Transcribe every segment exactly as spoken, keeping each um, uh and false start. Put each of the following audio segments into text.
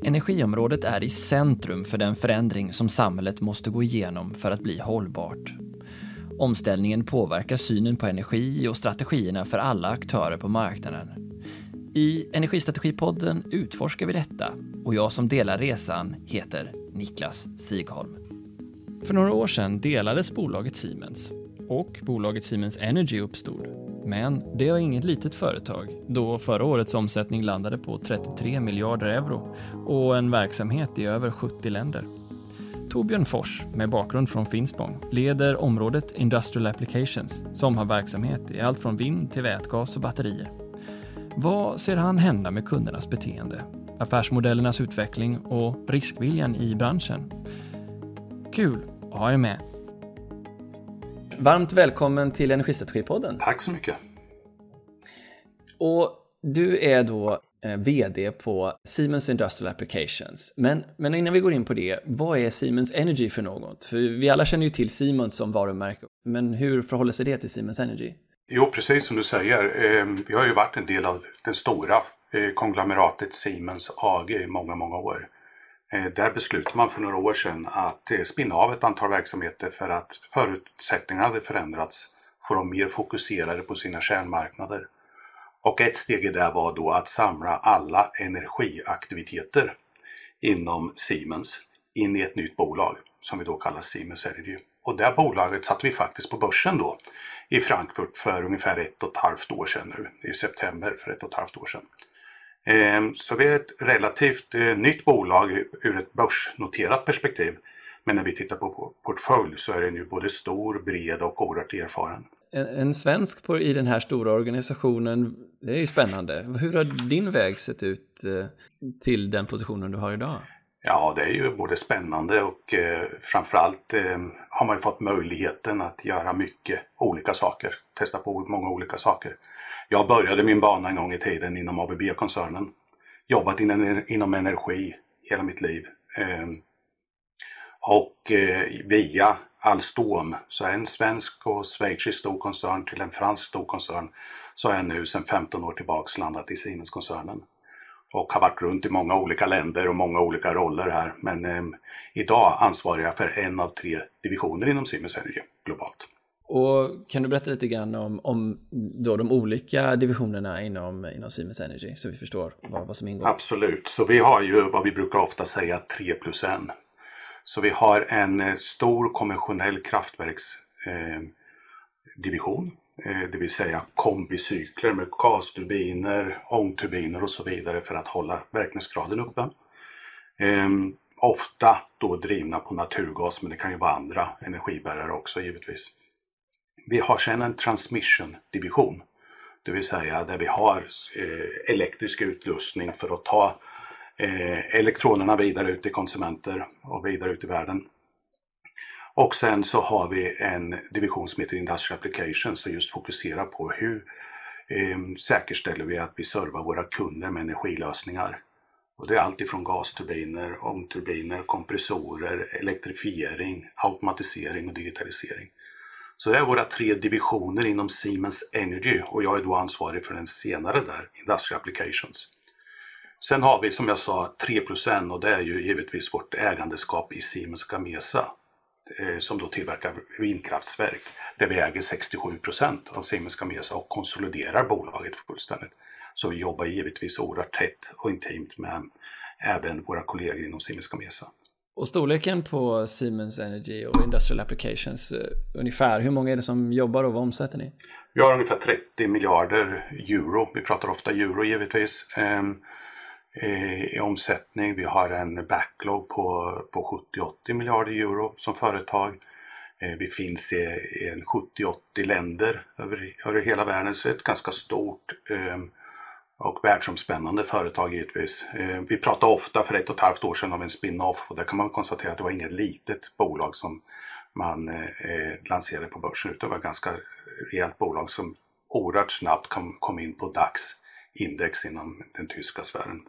Energiområdet är i centrum för den förändring som samhället måste gå igenom för att bli hållbart. Omställningen påverkar synen på energi och strategierna för alla aktörer på marknaden. I Energistrategipodden utforskar vi detta och jag som delar resan heter Niklas Sigholm. För några år sedan delades bolaget Siemens och bolaget Siemens Energy uppstod. Men det var inget litet företag då förra årets omsättning landade på trettiotre miljarder euro och en verksamhet i över sjuttio länder. Torbjörn Fors med bakgrund från Finspång leder området Industrial Applications som har verksamhet i allt från vind till vätgas och batterier. Vad ser han hända med kundernas beteende, affärsmodellernas utveckling och riskviljan i branschen? Kul att ha er med. Varmt välkommen till Energistrategipodden. Tack så mycket. Och du är då eh, vd på Siemens Industrial Applications. Men, men innan vi går in på det, vad är Siemens Energy för något? För vi alla känner ju till Siemens som varumärke. Men hur förhåller sig det till Siemens Energy? Jo, precis som du säger. Eh, vi har ju varit en del av den stora eh, konglomeratet Siemens A G i många, många år. Eh, där beslutade man för några år sedan att eh, spinna av ett antal verksamheter för att förutsättningarna hade förändrats för de mer fokuserade på sina kärnmarknader. Och ett steg i det var då att samla alla energiaktiviteter inom Siemens in i ett nytt bolag som vi då kallar Siemens Energy. Och det bolaget satte vi faktiskt på börsen då i Frankfurt för ungefär ett och ett halvt år sedan nu, i september för ett och ett halvt år sedan. Så vi är ett relativt nytt bolag ur ett börsnoterat perspektiv. Men när vi tittar på portfölj så är den ju både stor, bred och oerhört erfaren. En, en svensk på, i den här stora organisationen, det är ju spännande. Hur har din väg sett ut eh, till den positionen du har idag? Ja, det är ju både spännande och eh, framförallt eh, har man ju fått möjligheten att göra mycket olika saker. Testa på många olika saker. Jag började min bana en gång i tiden inom A B B-koncernen. Jobbat inom, inom energi hela mitt liv. Eh, och eh, via Alstom, så är en svensk och schweizisk stor koncern till en fransk stor koncern, så är jag nu sedan femton år tillbaks landat i Siemens-koncernen. Och har varit runt i många olika länder och många olika roller här. Men eh, idag ansvarar jag för en av tre divisioner inom Siemens Energy globalt. Och kan du berätta lite grann om, om då de olika divisionerna inom, inom Siemens Energy så vi förstår vad, vad som ingår? Absolut, så vi har ju vad vi brukar ofta säga tre plus en. Så vi har en stor konventionell kraftverksdivision, eh, det vill säga kombicykler med gasturbiner, ångturbiner och så vidare för att hålla verkningsgraden uppe. Eh, ofta då drivna på naturgas, men det kan ju vara andra energibärare också givetvis. Vi har sedan en transmission-division, det vill säga där vi har eh, elektrisk utrustning för att ta Eh, elektronerna vidare ut till konsumenter och vidare ut i världen. Och sen så har vi en division som heter Industrial Applications som just fokuserar på hur eh, säkerställer vi att vi servar våra kunder med energilösningar. Och det är allt ifrån gasturbiner, ångturbiner, kompressorer, elektrifiering, automatisering och digitalisering. Så det är våra tre divisioner inom Siemens Energy och jag är då ansvarig för den senare där, Industrial Applications. Sen har vi som jag sa tre plus en och det är ju givetvis vårt ägandeskap i Siemens Gamesa eh, som då tillverkar vindkraftsverk där vi äger sextiosju procent av Siemens Gamesa och konsoliderar bolaget fullständigt. Så vi jobbar givetvis oerhört tätt och intimt med även våra kollegor inom Siemens Gamesa. Och storleken på Siemens Energy och Industrial Applications, uh, ungefär, hur många är det som jobbar och vad omsätter ni? Vi har ungefär trettio miljarder euro, vi pratar ofta euro givetvis. Um, i omsättning. Vi har en backlog på, på sjuttio till åttio miljarder euro som företag. Vi finns i, i en sjuttio till åttio länder över, över hela världen, så det är ett ganska stort eh, och världsomspännande företag givetvis. Eh, vi pratade ofta för ett och ett halvt år sedan om en spin-off och där kan man konstatera att det var inget litet bolag som man eh, lanserade på börsen, utan det var ett ganska rejält bolag som oerhört snabbt kom, kom in på DAX-index inom den tyska sfären.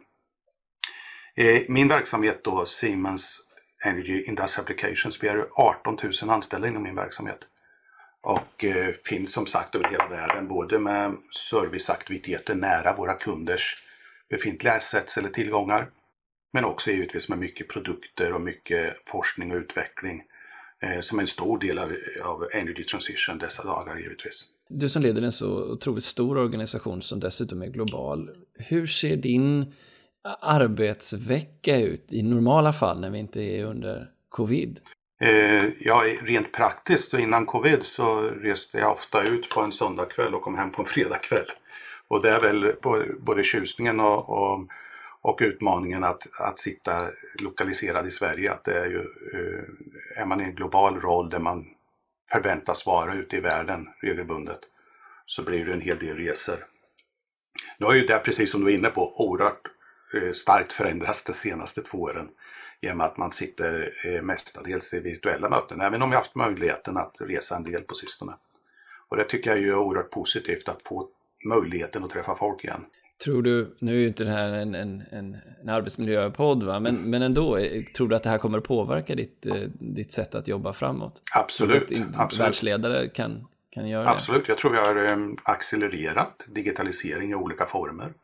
Min verksamhet då, Siemens Energy Industrial Applications, vi är arton tusen anställda inom min verksamhet. Och eh, finns som sagt över hela världen, både med serviceaktiviteter nära våra kunders befintliga assets eller tillgångar. Men också givetvis med mycket produkter och mycket forskning och utveckling eh, som är en stor del av, av Energy Transition dessa dagar givetvis. Du som leder en så otroligt stor organisation som dessutom är global. Hur ser din arbetsvecka ut i normala fall när vi inte är under covid? Eh, ja, rent praktiskt så innan covid så reste jag ofta ut på en söndagkväll och kom hem på en fredagkväll. Och det är väl både tjusningen och, och, och utmaningen att, att sitta lokaliserad i Sverige. Att det är, ju, är man i en global roll där man förväntas vara ute i världen regelbundet så blir det en hel del resor. Nu har ju det, precis som du är inne på, oerhört starkt förändrats de senaste två åren. Genom att man sitter mestadels i virtuella möten, även om vi haft möjligheten att resa en del på sistone. Och det tycker jag är ju oerhört positivt att få möjligheten att träffa folk igen. Tror du, nu är ju inte det här en, en, en, en arbetsmiljöpodd va, men, men ändå, tror du att det här kommer att påverka ditt, ditt sätt att jobba framåt? Absolut. Att absolut. Världsledare kan, kan göra det? Absolut, jag tror vi har accelererat digitalisering i olika former.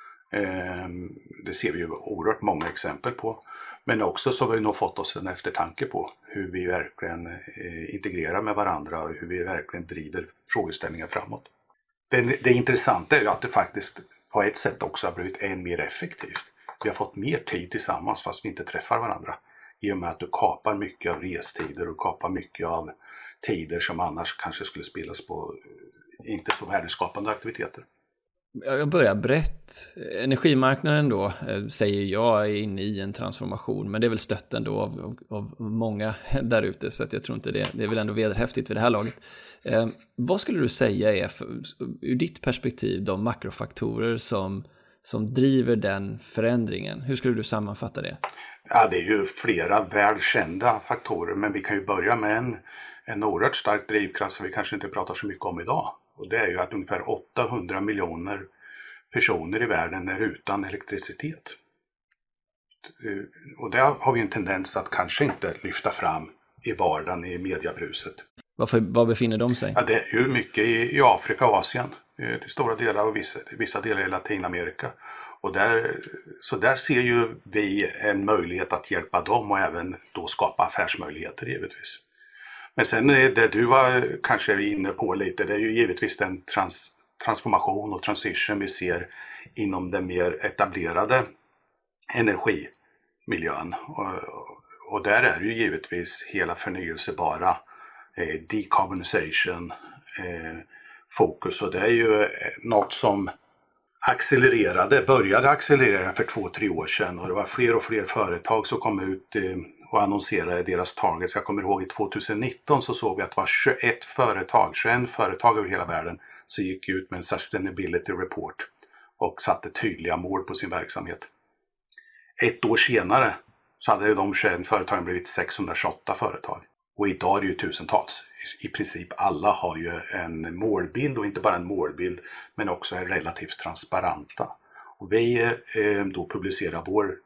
Det ser vi ju oerhört många exempel på. Men också så har vi nog fått oss en eftertanke på hur vi verkligen integrerar med varandra och hur vi verkligen driver frågeställningar framåt. Det, det intressanta är ju att det faktiskt på ett sätt också har blivit än mer effektivt. Vi har fått mer tid tillsammans fast vi inte träffar varandra. I och med att du kapar mycket av restider och kapar mycket av tider som annars kanske skulle spelas på inte så värdeskapande aktiviteter. Jag börjar brett. Energimarknaden då, säger jag, är inne i en transformation, men det är väl stött ändå av, av många där ute, så att jag tror inte det, det är väl ändå vederhäftigt vid det här laget. Eh, vad skulle du säga är, för, ur ditt perspektiv, de makrofaktorer som, som driver den förändringen? Hur skulle du sammanfatta det? Ja, det är ju flera välkända faktorer, men vi kan ju börja med en, en oerhört stark drivkraft som vi kanske inte pratar så mycket om idag. Och det är ju att ungefär åttahundra miljoner personer i världen är utan elektricitet. Och det har vi en tendens att kanske inte lyfta fram i vardagen i mediabruset. Varför, var befinner de sig? Ja, det är ju mycket i, i Afrika och Asien. Till stora delar och vissa, vissa delar i Latinamerika. Och där, så där ser ju vi en möjlighet att hjälpa dem och även då skapa affärsmöjligheter givetvis. Men sen är det du var kanske inne på lite, det är ju givetvis den trans, transformation och transition vi ser inom den mer etablerade energimiljön. Och, och där är det ju givetvis hela förnyelsebara eh, decarbonization eh, fokus, och det är ju något som accelererade, började accelerera för två, tre år sedan, och det var fler och fler företag som kom ut eh, och annonserade deras targets. Jag kommer ihåg i tjugonitton så såg vi att det var tjugoett företag, tjugoett företag över hela världen som gick ut med en sustainability report och satte tydliga mål på sin verksamhet. Ett år senare så hade de tjugoett företagen blivit sexhundratjugoåtta företag. Och idag är det ju tusentals. I princip alla har ju en målbild, och inte bara en målbild men också är relativt transparenta. Och vi eh, då publicerar vår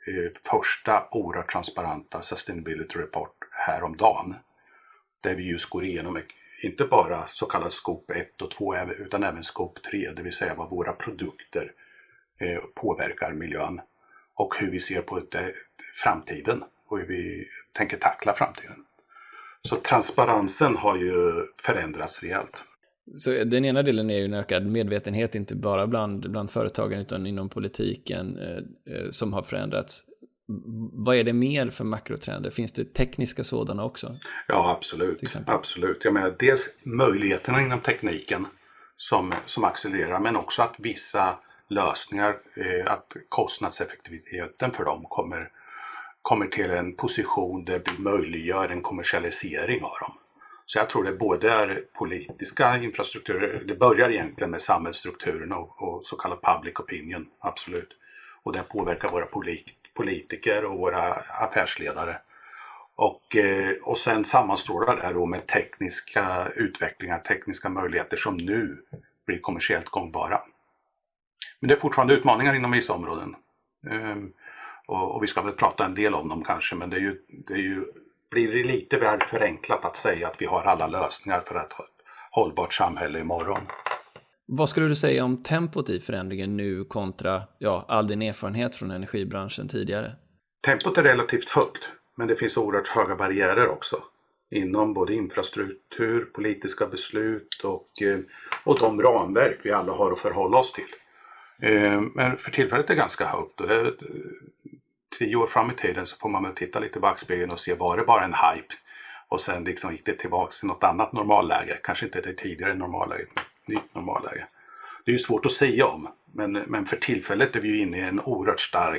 första oerhört transparenta sustainability report häromdagen. Där vi just går igenom inte bara så kallad scope ett och två utan även scope tre, det vill säga vad våra produkter eh, påverkar miljön och hur vi ser på det, framtiden och hur vi tänker tackla framtiden. Så transparensen har ju förändrats rejält. Så den ena delen är ju en ökad medvetenhet, inte bara bland, bland företagen utan inom politiken eh, som har förändrats. Vad är det mer för makrotrender? Finns det tekniska sådana också? Ja, absolut. absolut. Jag menar, dels möjligheterna inom tekniken som, som accelererar, men också att vissa lösningar, eh, att kostnadseffektiviteten för dem kommer, kommer till en position där vi möjliggör en kommersialisering av dem. Så jag tror det både är politiska infrastrukturer, det börjar egentligen med samhällsstrukturen och, och så kallad public opinion, absolut. Och det påverkar våra politiker och våra affärsledare. Och, och sen sammanstrålar det här då med tekniska utvecklingar, tekniska möjligheter som nu blir kommersiellt gångbara. Men det är fortfarande utmaningar inom vissa områden. Och, och vi ska väl prata en del om dem kanske, men det är ju, det är ju blir det lite väl förenklat att säga att vi har alla lösningar för att ha ett hållbart samhälle imorgon. Vad skulle du säga om tempot i förändringen nu kontra ja, all din erfarenhet från energibranschen tidigare? tempot är relativt högt, men det finns oerhört höga barriärer också. Inom både infrastruktur, politiska beslut och, och de ramverk vi alla har att förhålla oss till. Men för tillfället är det ganska högt. Och det, tio år fram i tiden så får man väl titta lite i backspegeln och se, var det bara en hype? Och sen liksom gick det tillbaka till något annat normalläge. Kanske inte till tidigare normalläge, nytt normalläge. Det är ju svårt att säga om. Men, men för tillfället är vi ju inne i en oerhört stark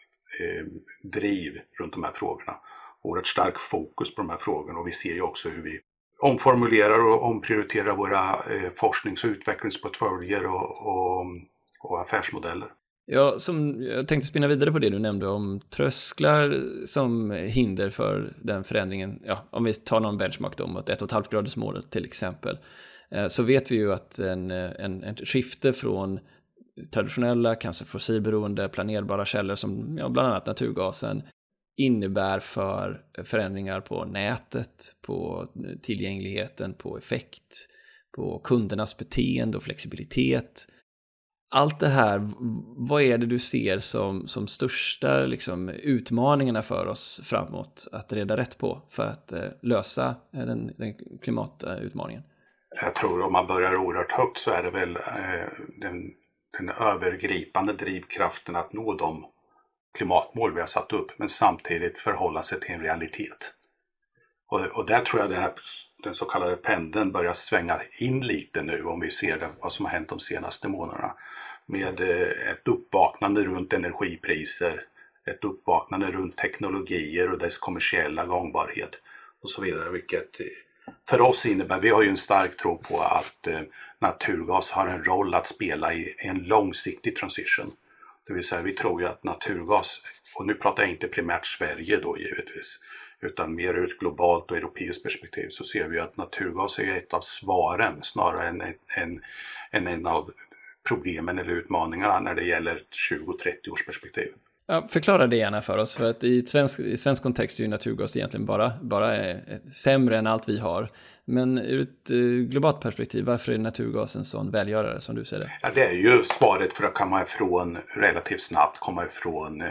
eh, driv runt de här frågorna. Oerhört stark fokus på de här frågorna. Och vi ser ju också hur vi omformulerar och omprioriterar våra eh, forsknings- och utvecklingsportföljer och, och, och affärsmodeller. Ja, som jag tänkte spinna vidare på det du nämnde om trösklar som hinder för den förändringen. Ja, om vi tar någon benchmark då mot ett och ett halvt graders målet till exempel, så vet vi ju att en, en, en skifte från traditionella, kanske fossilberoende, planerbara källor som ja, bland annat naturgasen innebär för förändringar på nätet, på tillgängligheten, på effekt, på kundernas beteende och flexibilitet. Allt det här, vad är det du ser som, som största liksom, utmaningarna för oss framåt att reda rätt på för att eh, lösa den, den klimatutmaningen? Jag tror om man börjar oerhört högt så är det väl eh, den, den övergripande drivkraften att nå de klimatmål vi har satt upp, men samtidigt förhålla sig till en realitet. Och, och där tror jag den, här, den så kallade pendeln börjar svänga in lite nu om vi ser det, vad som har hänt de senaste månaderna. Med ett uppvaknande runt energipriser, ett uppvaknande runt teknologier och dess kommersiella gångbarhet och så vidare. Vilket för oss innebär, vi har ju en stark tro på att naturgas har en roll att spela i en långsiktig transition. Det vill säga vi tror ju att naturgas, och nu pratar jag inte primärt Sverige då givetvis, utan mer ur ett globalt och europeiskt perspektiv, så ser vi att naturgas är ett av svaren snarare än en, en, en av problemen eller utmaningarna när det gäller tjugo till trettio års perspektiv. Ja, förklara det gärna för oss, för att i svensk, i svensk kontext är ju naturgas egentligen bara, bara är sämre än allt vi har. Men ur ett uh, globalt perspektiv, varför är naturgas en sån välgörare som du ser det? Ja, det är ju svaret för att komma ifrån, relativt snabbt komma ifrån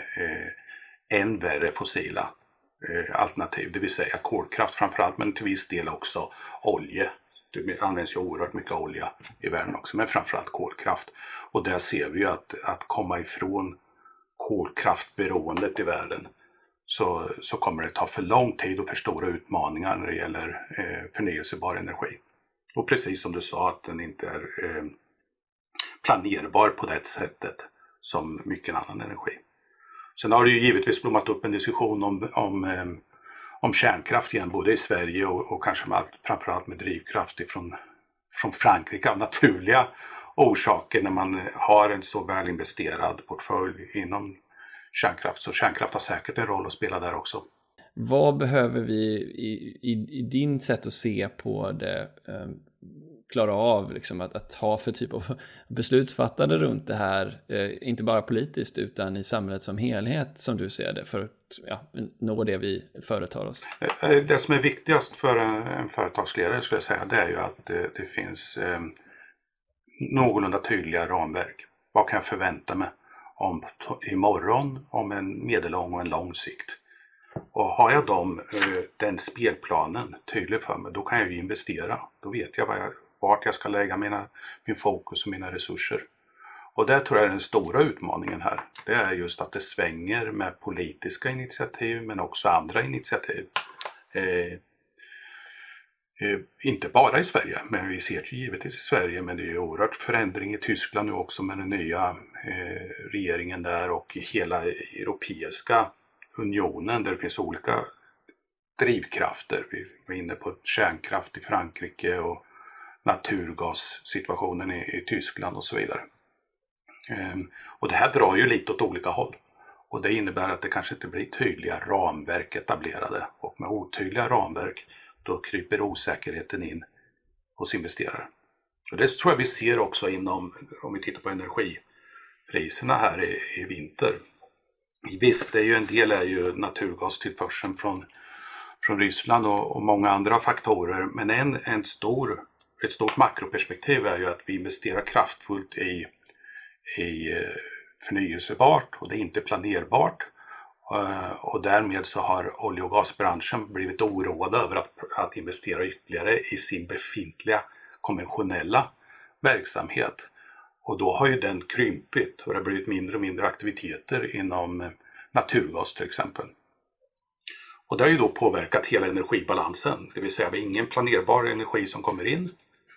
eh, än värre fossila eh, alternativ. Det vill säga kolkraft framförallt, men till viss del också olje. Det används ju oerhört mycket olja i världen också, men framförallt kolkraft. Och där ser vi ju att, att komma ifrån kolkraftberoendet i världen så, så kommer det ta för lång tid och för stora utmaningar när det gäller eh, förnyelsebar energi. Och precis som du sa att den inte är eh, planerbar på det sättet som mycket annan energi. Sen har det ju givetvis blommat upp en diskussion om, om, eh, om kärnkraft igen, både i Sverige och, och kanske med, framförallt med drivkraft ifrån, från Frankrike av naturliga orsaker när man har en så väl investerad portfölj inom kärnkraft. Så kärnkraft har säkert en roll att spela där också. Vad behöver vi i, i, i din sätt att se på det eh, klara av liksom, att, att ha för typ av beslutsfattande runt det här, eh, inte bara politiskt utan i samhället som helhet som du ser det, för att ja, nå det vi företar oss? Det som är viktigast för en, en företagsledare skulle jag säga, det är ju att det, det finns eh, någorlunda tydliga ramverk. Vad kan jag förvänta mig om imorgon, om en medellång och en lång sikt? Och har jag dem, den spelplanen tydlig för mig, då kan jag ju investera. Då vet jag, vad jag vart jag ska lägga mina, min fokus och mina resurser. Och det tror jag är den stora utmaningen här. Det är just att det svänger med politiska initiativ men också andra initiativ. Eh, Eh, inte bara i Sverige, men vi ser det givetvis i Sverige, men det är ju oerhört förändring i Tyskland nu också med den nya eh, regeringen där och i hela Europeiska unionen där det finns olika drivkrafter. Vi var inne på kärnkraft i Frankrike och naturgassituationen i, i Tyskland och så vidare. Eh, och det här drar ju lite åt olika håll. Och det innebär att det kanske inte blir tydliga ramverk etablerade, och med otydliga ramverk då kryper osäkerheten in hos investerare. Och det tror jag vi ser också inom, om vi tittar på energipriserna här i, i vinter. Visst, det är ju en del är ju naturgastillförseln från, från Ryssland och, och många andra faktorer. Men en, en stor, ett stort makroperspektiv är ju att vi investerar kraftfullt i, i förnyelsebart, och det är inte planerbart. Och därmed så har olje- och gasbranschen blivit oroad över att, att investera ytterligare i sin befintliga konventionella verksamhet. Och då har ju den krympit och det har blivit mindre och mindre aktiviteter inom naturgas till exempel. Och det har ju då påverkat hela energibalansen, det vill säga vi har ingen planerbar energi som kommer in.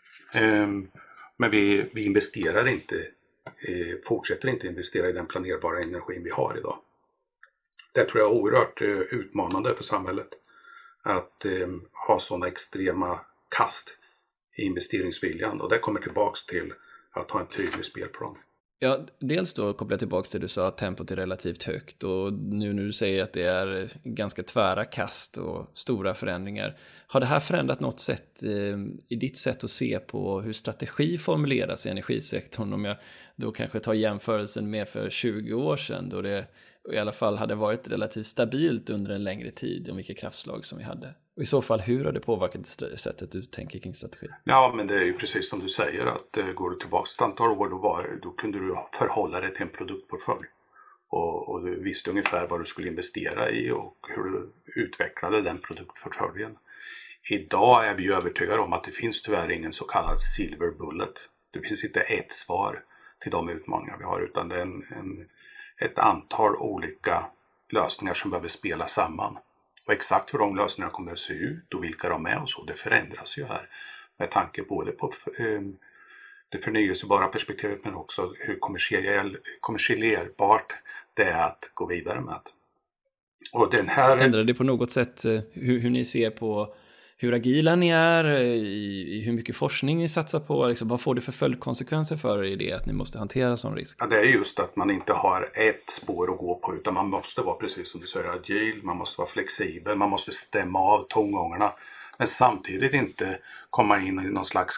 Men vi, vi investerar inte, fortsätter inte investera i den planerbara energin vi har idag. Det tror jag är oerhört utmanande för samhället att ha sådana extrema kast i investeringsviljan. Och det kommer tillbaks till att ha en tydlig spelplan. Ja, dels då kopplat tillbaka till det du sa att tempot är relativt högt och nu när du säger att det är ganska tvära kast och stora förändringar. Har det här förändrat något sätt eh, i ditt sätt att se på hur strategi formuleras i energisektorn? Om jag då kanske tar jämförelsen med för tjugo år sedan då det i alla fall hade varit relativt stabilt under en längre tid om vilka kraftslag som vi hade. Och i så fall, hur har det påverkat sättet du tänker kring strategi? Ja, men det är ju precis som du säger att uh, går du tillbaka ett antal år då, var, då kunde du förhålla dig till en produktportfölj. Och, och du visste ungefär vad du skulle investera i och hur du utvecklade den produktportföljen. Idag är vi ju övertygade om att det finns tyvärr ingen så kallad silver bullet. Det finns inte ett svar till de utmaningar vi har utan det är en, en, ett antal olika lösningar som behöver spela samman. Och exakt hur de lösningarna kommer att se ut och vilka de är och så, det förändras ju här. Med tanke både på eh, det förnyelsebara perspektivet men också hur kommersiell, kommersiellerbart det är att gå vidare med. Och den här... Ändrar det på något sätt hur, hur ni ser på hur agila ni är, i, i hur mycket forskning ni satsar på? Liksom, vad får det för följdkonsekvenser för er i det att ni måste hantera sån risk? Ja, det är just att man inte har ett spår att gå på utan man måste vara precis som du säger agil, man måste vara flexibel, man måste stämma av tongångarna men samtidigt inte komma in i någon slags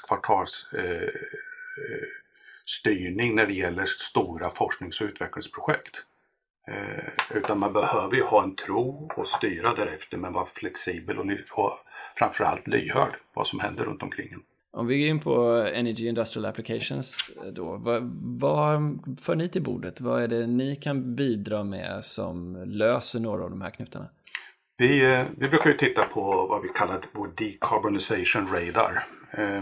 kvartalsstyrning eh, när det gäller stora forsknings- och utvecklingsprojekt. Eh, utan man behöver ju ha en tro och styra därefter men vara flexibel och, och framförallt lyhörd vad som händer runt omkring en. Om vi går in på Energy Industrial Applications då, vad, vad för ni till bordet? Vad är det ni kan bidra med som löser några av de här knutarna? Vi, vi brukar ju titta på vad vi kallar vår decarbonization radar eh,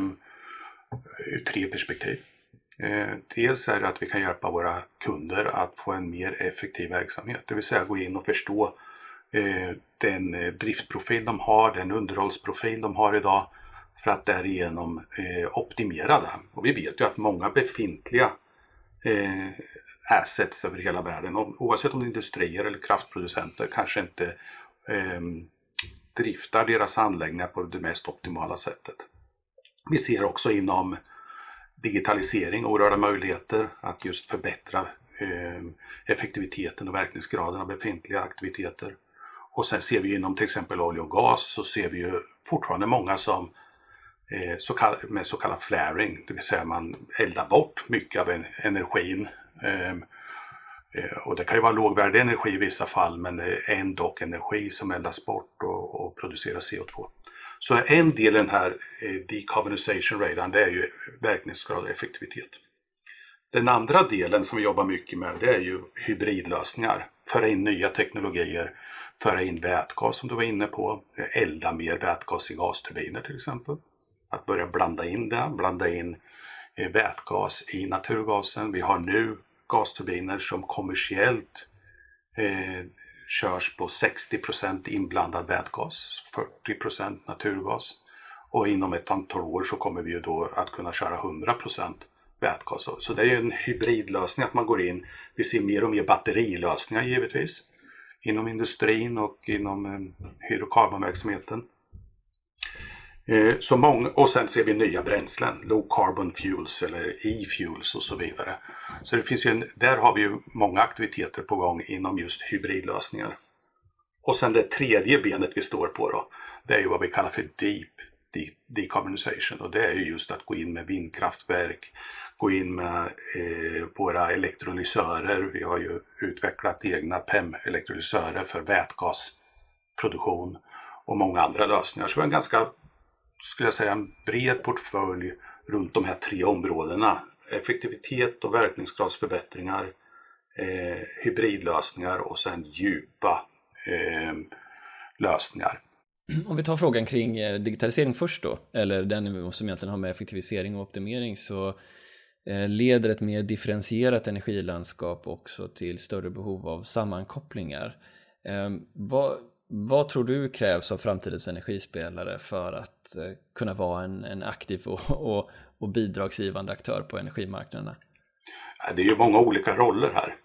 ur tre perspektiv. Eh, dels är det att vi kan hjälpa våra kunder att få en mer effektiv verksamhet. Det vill säga gå in och förstå eh, den eh, driftsprofil de har, den underhållsprofil de har idag för att därigenom eh, optimera det. Och vi vet ju att många befintliga eh, assets över hela världen, oavsett om det är industrier eller kraftproducenter, kanske inte eh, driftar deras anläggningar på det mest optimala sättet. Vi ser också inom digitalisering oerhörda möjligheter att just förbättra eh, effektiviteten och verkningsgraden av befintliga aktiviteter. Och sen ser vi inom till exempel olje och gas så ser vi ju fortfarande många som eh, så kall- med så kallad flaring, det vill säga man eldar bort mycket av en, energin. Eh, eh, och det kan ju vara lågvärdig energi i vissa fall men det är ändå energi som eldas bort och, och producerar C O två. Så en del i den här eh, decarbonization radarn det är ju verkningsgrad och effektivitet. Den andra delen som vi jobbar mycket med det är ju hybridlösningar. Föra in nya teknologier, föra in vätgas som du var inne på, elda mer vätgas i gasturbiner till exempel. Att börja blanda in det, blanda in eh, vätgas i naturgasen. Vi har nu gasturbiner som kommersiellt eh, körs på sextio procent inblandad vätgas, fyrtio procent naturgas och inom ett antal år så kommer vi ju då att kunna köra hundra procent vätgas. Så det är ju en hybridlösning att man går in, vi ser mer och mer batterilösningar givetvis inom industrin och inom eh, hydrokarbonverksamheten. Eh, så många, och sen ser vi nya bränslen, low carbon fuels eller e-fuels och så vidare. Så det finns ju en, där har vi ju många aktiviteter på gång inom just hybridlösningar. Och sen det tredje benet vi står på då, det är ju vad vi kallar för deep decarbonization. Och det är ju just att gå in med vindkraftverk, gå in med eh, våra elektrolysörer. Vi har ju utvecklat egna P E M-elektrolysörer för vätgasproduktion och många andra lösningar. Så vi har en ganska, skulle jag säga, en bred portfölj runt de här tre områdena. Effektivitet och verkningsgradsförbättringar, eh, hybridlösningar och sen djupa eh, lösningar. Om vi tar frågan kring digitalisering först då, eller den som egentligen har med effektivisering och optimering, så leder ett mer differentierat energilandskap också till större behov av sammankopplingar. Vad, vad tror du krävs av framtidens energispelare för att kunna vara en, en aktiv och, och, och bidragsgivande aktör på energimarknaderna? Det är ju många olika roller här.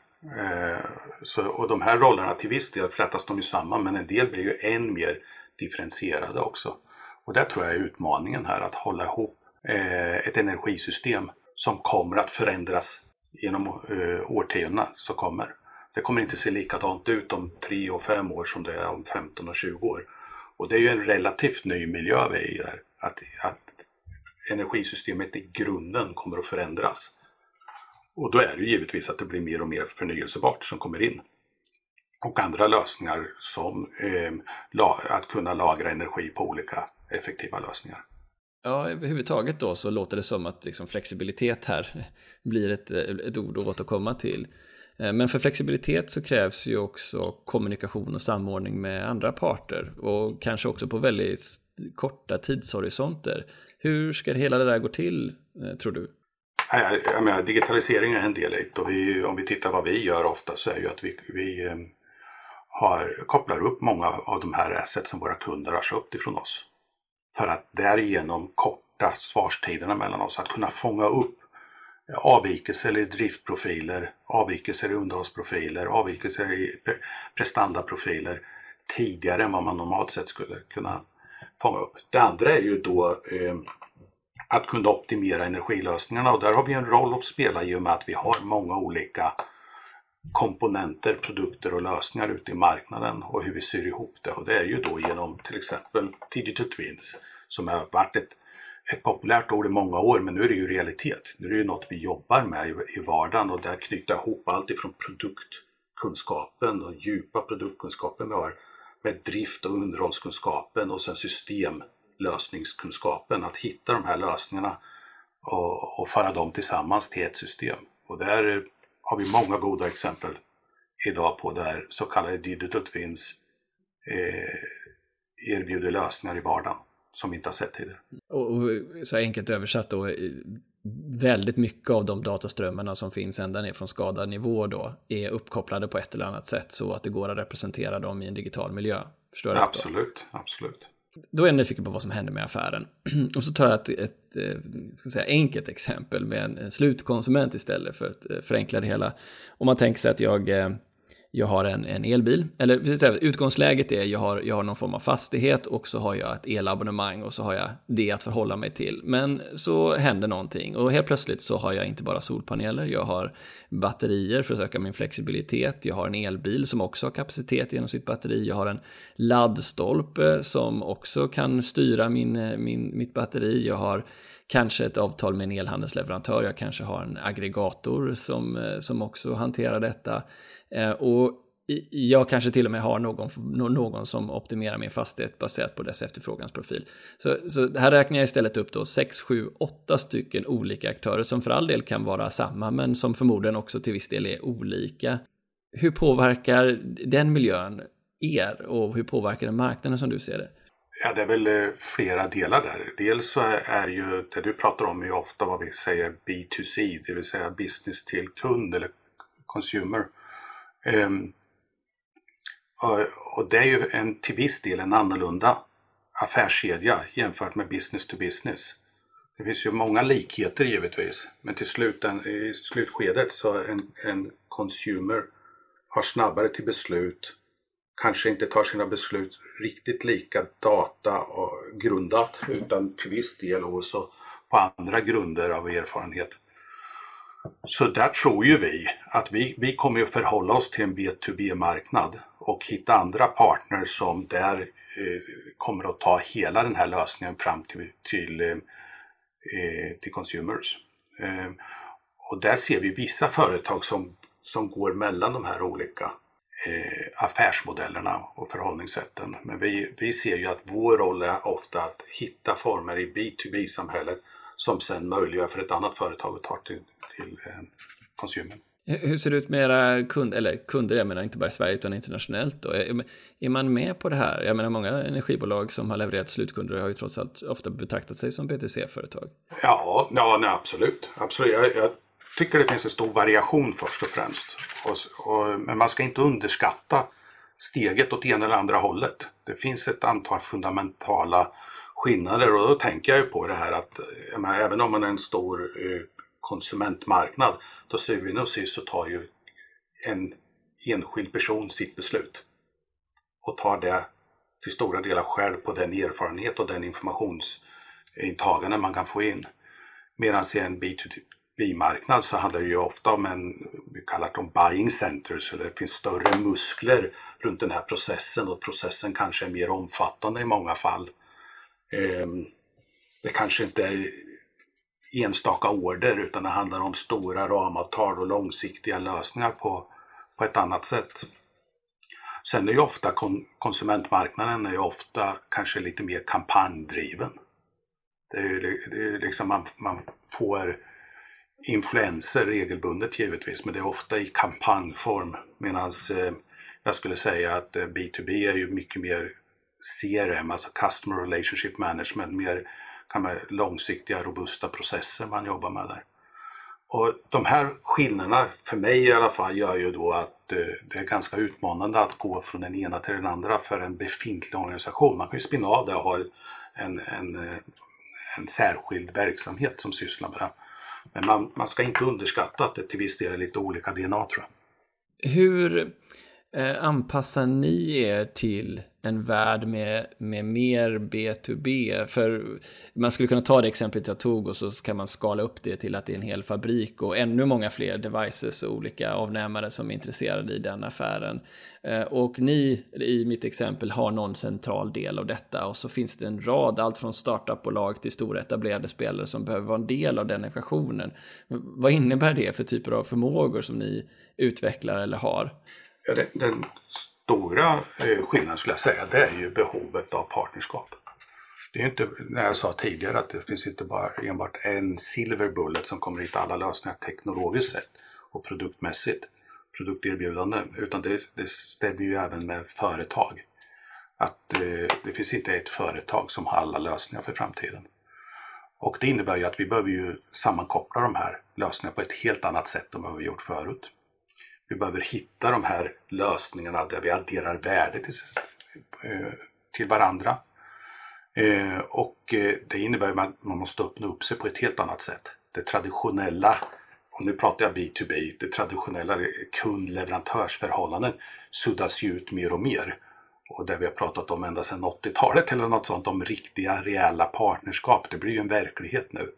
Så, och de här rollerna till viss del flätas de ju samman, men en del blir ju än mer differentierade också. Och där tror jag är utmaningen här, att hålla ihop ett energisystem som kommer att förändras genom eh, årtiondena som kommer. Det kommer inte se likadant ut om tre och fem år som det är om femton och tjugo år. Och det är ju en relativt ny miljö vi är i där. Att, att energisystemet i grunden kommer att förändras. Och då är det ju givetvis att det blir mer och mer förnyelsebart som kommer in. Och andra lösningar som eh, la, att kunna lagra energi på olika effektiva lösningar. Ja, överhuvudtaget då så låter det som att liksom flexibilitet här blir ett, ett ord att återkomma till. Men för flexibilitet så krävs ju också kommunikation och samordning med andra parter och kanske också på väldigt korta tidshorisonter. Hur ska det hela det där gå till, tror du? Jag, jag menar, digitalisering är en del i det, och vi, om vi tittar vad vi gör ofta så är ju att vi, vi har, kopplar upp många av de här assets som våra kunder har köpt ifrån oss. För att därigenom korta svarstiderna mellan oss, att kunna fånga upp avvikelser i driftprofiler, avvikelser i underhållsprofiler, avvikelser i prestandaprofiler tidigare än vad man normalt sett skulle kunna fånga upp. Det andra är ju då eh, att kunna optimera energilösningarna, och där har vi en roll att spela i och med att vi har många olika komponenter, produkter och lösningar ute i marknaden och hur vi syr ihop det. Och det är ju då genom till exempel Digital Twins, som har varit ett, ett populärt ord i många år, men nu är det ju realitet. Nu är det ju något vi jobbar med i, i vardagen, och där knyter ihop allt ifrån produktkunskapen och djupa produktkunskapen vi har med drift- och underhållskunskapen och sen systemlösningskunskapen, att hitta de här lösningarna och, och föra dem tillsammans till ett system. Och där har vi många goda exempel idag på där så kallade Digital Twins eh, erbjuder lösningar i vardagen som vi inte har sett tidigare. Och, och så enkelt översatt då, väldigt mycket av de dataströmmarna som finns ända ner från skadad nivå då är uppkopplade på ett eller annat sätt så att det går att representera dem i en digital miljö. Förstår du? Absolut, absolut. Då är jag nyfiken på vad som händer med affären. Och så tar jag ett, ett ska säga, enkelt exempel med en, en slutkonsument istället för att förenkla det hela. Om man tänker sig att jag, jag har en, en elbil, eller precis, utgångsläget är jag har, jag har någon form av fastighet och så har jag ett elabonnemang och så har jag det att förhålla mig till. Men så händer någonting och helt plötsligt så har jag inte bara solpaneler, jag har batterier för att öka min flexibilitet, jag har en elbil som också har kapacitet genom sitt batteri, jag har en laddstolpe som också kan styra min, min, mitt batteri, jag har kanske ett avtal med en elhandelsleverantör, jag kanske har en aggregator som, som också hanterar detta. Och jag kanske till och med har någon, någon som optimerar min fastighet baserat på dess efterfrågansprofil. Så, så här räknar jag istället upp då sex, sju, åtta stycken olika aktörer som för all del kan vara samma men som förmodligen också till viss del är olika. Hur påverkar den miljön er och hur påverkar den marknaden som du ser det? Ja, det är väl flera delar där. Dels så är ju det du pratar om är ofta vad vi säger B to C, det vill säga business till kund eller consumer. Um, och, och det är ju en, till viss del en annorlunda affärskedja jämfört med business to business. Det finns ju många likheter givetvis, men till slut, i slutskedet så en, en consumer har snabbare till beslut, kanske inte tar sina beslut riktigt lika data och grundat utan till viss del också på andra grunder av erfarenhet. Så där tror ju vi att vi, vi kommer att förhålla oss till en B to B-marknad och hitta andra partners som där eh, kommer att ta hela den här lösningen fram till, till, eh, till consumers. Eh, och där ser vi vissa företag som, som går mellan de här olika eh, affärsmodellerna och förhållningssätten. Men vi, vi ser ju att vår roll är ofta att hitta former i B to B-samhället som sen möjliggör för ett annat företag att ta till till eh, konsumen. Hur ser det ut med era kunder, eller kunder, jag menar inte bara i Sverige utan internationellt då? Är, är man med på det här? Jag menar många energibolag som har levererat slutkunder har ju trots allt ofta betraktat sig som B T C-företag. Ja, ja nej, absolut. absolut. Jag, jag tycker det finns en stor variation först och främst. Och, och, men man ska inte underskatta steget åt ena eller andra hållet. Det finns ett antal fundamentala skillnader och då tänker jag ju på det här att jag menar, även om man är en stor eh, konsumentmarknad, då syvende och sist så tar ju en enskild person sitt beslut och tar det till stora delar själv på den erfarenhet och den informationsintagande man kan få in. Medan i en B två B-marknad så handlar det ju ofta om en, vi kallar det buying centers, eller det finns större muskler runt den här processen och processen kanske är mer omfattande i många fall. Det kanske inte är enstaka order utan det handlar om stora ramavtal och långsiktiga lösningar på, på ett annat sätt. Sen är ju ofta kon, konsumentmarknaden är ju ofta kanske lite mer kampanjdriven. Det är ju det är liksom man, man får influenser regelbundet givetvis, men det är ofta i kampanjform. Medan eh, jag skulle säga att eh, B två B är ju mycket mer C R M, alltså Customer Relationship Management, mer kan man, långsiktiga, robusta processer man jobbar med där. Och de här skillnaderna, för mig i alla fall, gör ju då att eh, det är ganska utmanande att gå från den ena till den andra för en befintlig organisation. Man kan ju spinna av det och ha en, en, en särskild verksamhet som sysslar med det. Men man, man ska inte underskatta att det till viss del är lite olika D N A, tror jag. Hur eh, anpassar ni er till en värld med, med mer B två B? För man skulle kunna ta det exemplet jag tog och så kan man skala upp det till att det är en hel fabrik och ännu många fler devices och olika avnämare som är intresserade i den affären. Eh, och ni i mitt exempel har någon central del av detta och så finns det en rad, allt från startupbolag till stora etablerade spelare som behöver vara en del av den ekvationen. Vad innebär det för typer av förmågor som ni utvecklar eller har? Ja, den, den stora eh, skillnaden skulle jag säga, det är ju behovet av partnerskap. Det är ju inte, när jag sa tidigare att det finns inte bara enbart en silver bullet som kommer hit alla lösningar teknologiskt sett och produktmässigt, produkterbjudande, utan det, det stämmer ju även med företag. Att eh, det finns inte ett företag som har alla lösningar för framtiden. Och det innebär ju att vi behöver ju sammankoppla de här lösningarna på ett helt annat sätt än vad vi gjort förut. Vi behöver hitta de här lösningarna där vi adderar värde till, till varandra. Och det innebär att man måste öppna upp sig på ett helt annat sätt. Det traditionella, och nu pratar jag B två B, det traditionella kund-leverantörsförhållanden suddas ju ut mer och mer. Och det vi har pratat om ända sedan åttiotalet eller något sånt, om riktiga, reella partnerskap, det blir ju en verklighet nu.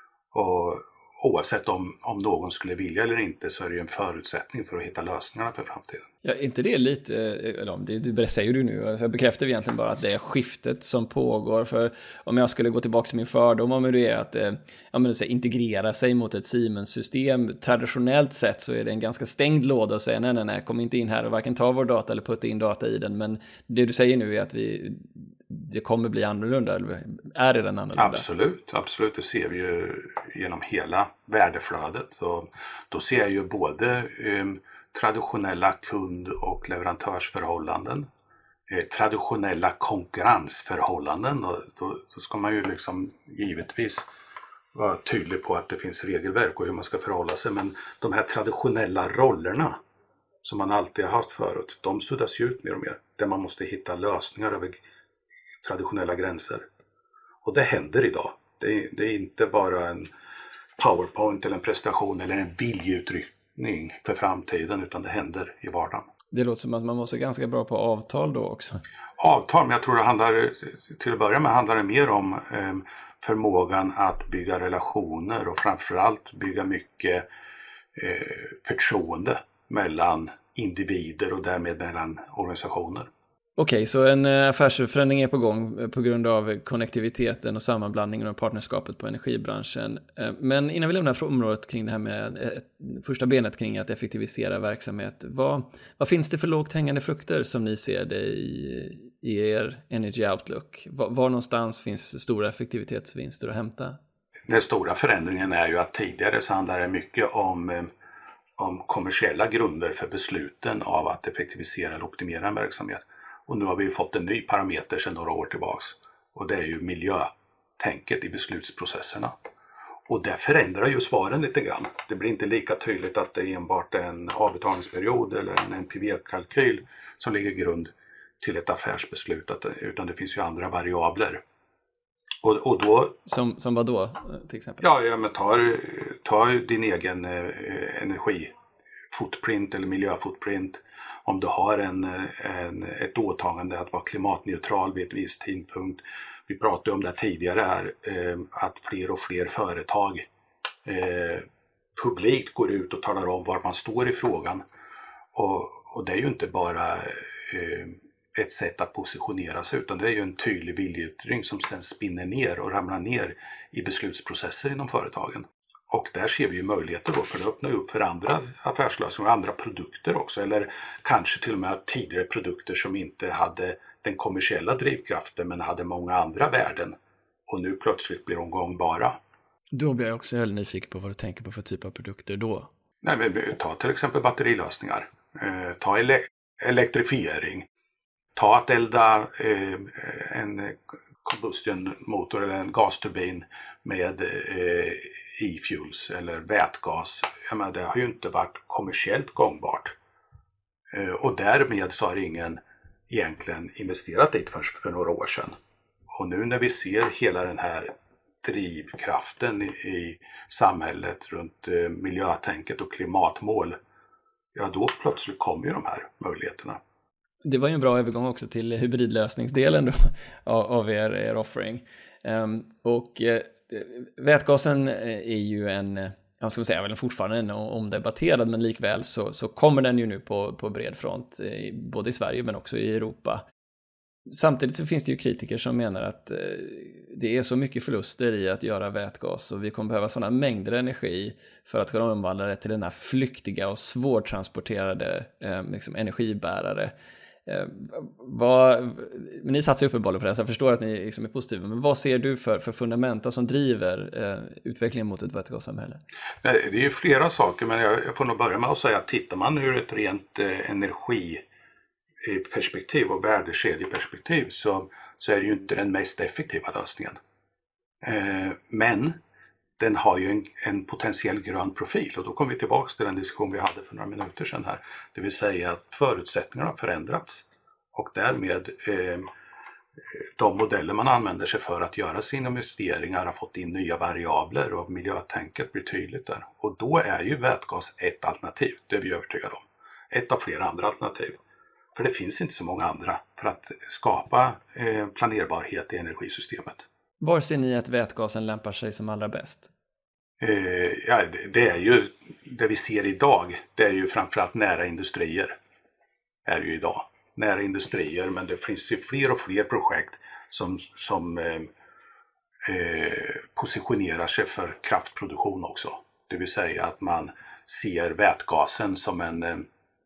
Och oavsett om, om någon skulle vilja eller inte så är det ju en förutsättning för att hitta lösningarna för framtiden. Ja, inte det lite, eller det, det säger du nu, alltså jag bekräftar egentligen bara att det är skiftet som pågår. För om jag skulle gå tillbaka till min fördom om hur det är att ja, men, så integrera sig mot ett Siemens-system, traditionellt sett så är det en ganska stängd låda och säga nej, nej, nej, kom inte in här och varken ta vår data eller putta in data i den. Men det du säger nu är att vi, det kommer bli annorlunda, eller är det den annorlunda? Absolut, absolut. Det ser vi ju genom hela värdeflödet. Och då ser jag ju både eh, traditionella kund- och leverantörsförhållanden, eh, traditionella konkurrensförhållanden, och då, då ska man ju liksom givetvis vara tydlig på att det finns regelverk och hur man ska förhålla sig, men de här traditionella rollerna som man alltid har haft förut, de suddas ju ut mer och mer, där man måste hitta lösningar över traditionella gränser. Och det händer idag. Det är, det är inte bara en PowerPoint eller en prestation eller en viljeuttryckning för framtiden, utan det händer i vardagen. Det låter som att man måste ganska bra på avtal då också. Avtal, men jag tror det handlar, till att börja med handlar det mer om eh, förmågan att bygga relationer och framförallt bygga mycket eh, förtroende mellan individer och därmed mellan organisationer. Okej, så en affärsförändring är på gång på grund av konnektiviteten och sammanblandningen och partnerskapet på energibranschen. Men innan vi lämnar området kring det här med första benet kring att effektivisera verksamhet, vad, vad finns det för lågt hängande frukter som ni ser det i, i er Energy Outlook? Var, var någonstans finns stora effektivitetsvinster att hämta? Den stora förändringen är ju att tidigare så handlade det mycket om om kommersiella grunder för besluten av att effektivisera eller optimera en verksamhet. Och nu har vi ju fått en ny parameter sedan några år tillbaks. Och det är ju miljötänket i beslutsprocesserna. Och det förändrar ju svaren lite grann. Det blir inte lika tydligt att det är enbart en avbetalningsperiod eller en N P V-kalkyl som ligger grund till ett affärsbeslut, utan det finns ju andra variabler. Och, och då, som, som vad då till exempel? Ja, ja men ta, ta din egen eh, energifootprint eller miljöfootprint. Om du har en, en, ett åtagande att vara klimatneutral vid ett visst tidpunkt. Vi pratade om det tidigare här, eh, att fler och fler företag eh, publikt går ut och talar om var man står i frågan. Och, och det är ju inte bara eh, ett sätt att positionera sig, utan det är ju en tydlig viljeyttring som sen spinner ner och ramlar ner i beslutsprocesser inom företagen. Och där ser vi ju möjligheter då, för det öppnar upp för andra affärslösningar och andra produkter också, eller kanske till och med tidigare produkter som inte hade den kommersiella drivkraften men hade många andra värden, och nu plötsligt blir de gångbara. Då blir jag också väldigt nyfiken på vad du tänker på för typ av produkter då. Nej, men ta till exempel batterilösningar, eh, ta ele- elektrifiering, ta att elda eh, en combustionmotor eller en gasturbin med eh, e-fuels eller vätgas. Jag menar, det har ju inte varit kommersiellt gångbart. Eh, och därmed så har ingen egentligen investerat dit först för några år sedan. Och nu när vi ser hela den här drivkraften i, i samhället runt eh, miljötänket och klimatmål, ja då plötsligt kommer ju de här möjligheterna. Det var ju en bra övergång också till hybridlösningsdelen då, av, av er, er offering. Um, och eh, vätgasen är ju en, jag ska säga väl fortfarande en omdebatterad, men likväl så, så kommer den ju nu på, på bred front, eh, både i Sverige men också i Europa. Samtidigt så finns det ju kritiker som menar att eh, det är så mycket förluster i att göra vätgas, och vi kommer behöva sådana mängder energi för att kunna omvandla det till den här flyktiga och svårtransporterade eh, liksom energibärare. Eh, vad, men ni satsar uppenbarligen på det, så jag förstår att ni liksom är positiva, men vad ser du för, för fundamenta som driver eh, utvecklingen mot ett vätgassamhälle? Det är ju flera saker, men jag, jag får nog börja med att säga att tittar man ur ett rent eh, energiperspektiv och värdekedjeperspektiv så, så är det ju inte den mest effektiva lösningen. Eh, men den har ju en, en potentiell grön profil, och då kommer vi tillbaka till den diskussion vi hade för några minuter sedan här. Det vill säga att förutsättningarna har förändrats, och därmed eh, de modeller man använder sig för att göra sina investeringar har fått in nya variabler och miljötänket blir tydligt där. Och då är ju vätgas ett alternativ, det är vi övertygade om. Ett av flera andra alternativ. För det finns inte så många andra för att skapa eh, planerbarhet i energisystemet. Var ser ni att vätgasen lämpar sig som allra bäst? Eh, ja, det, det är ju, det vi ser idag, det är ju framförallt nära industrier. Är ju idag. Nära industrier, men det finns ju fler och fler projekt som, som eh, eh, positionerar sig för kraftproduktion också. Det vill säga att man ser vätgasen som en, eh,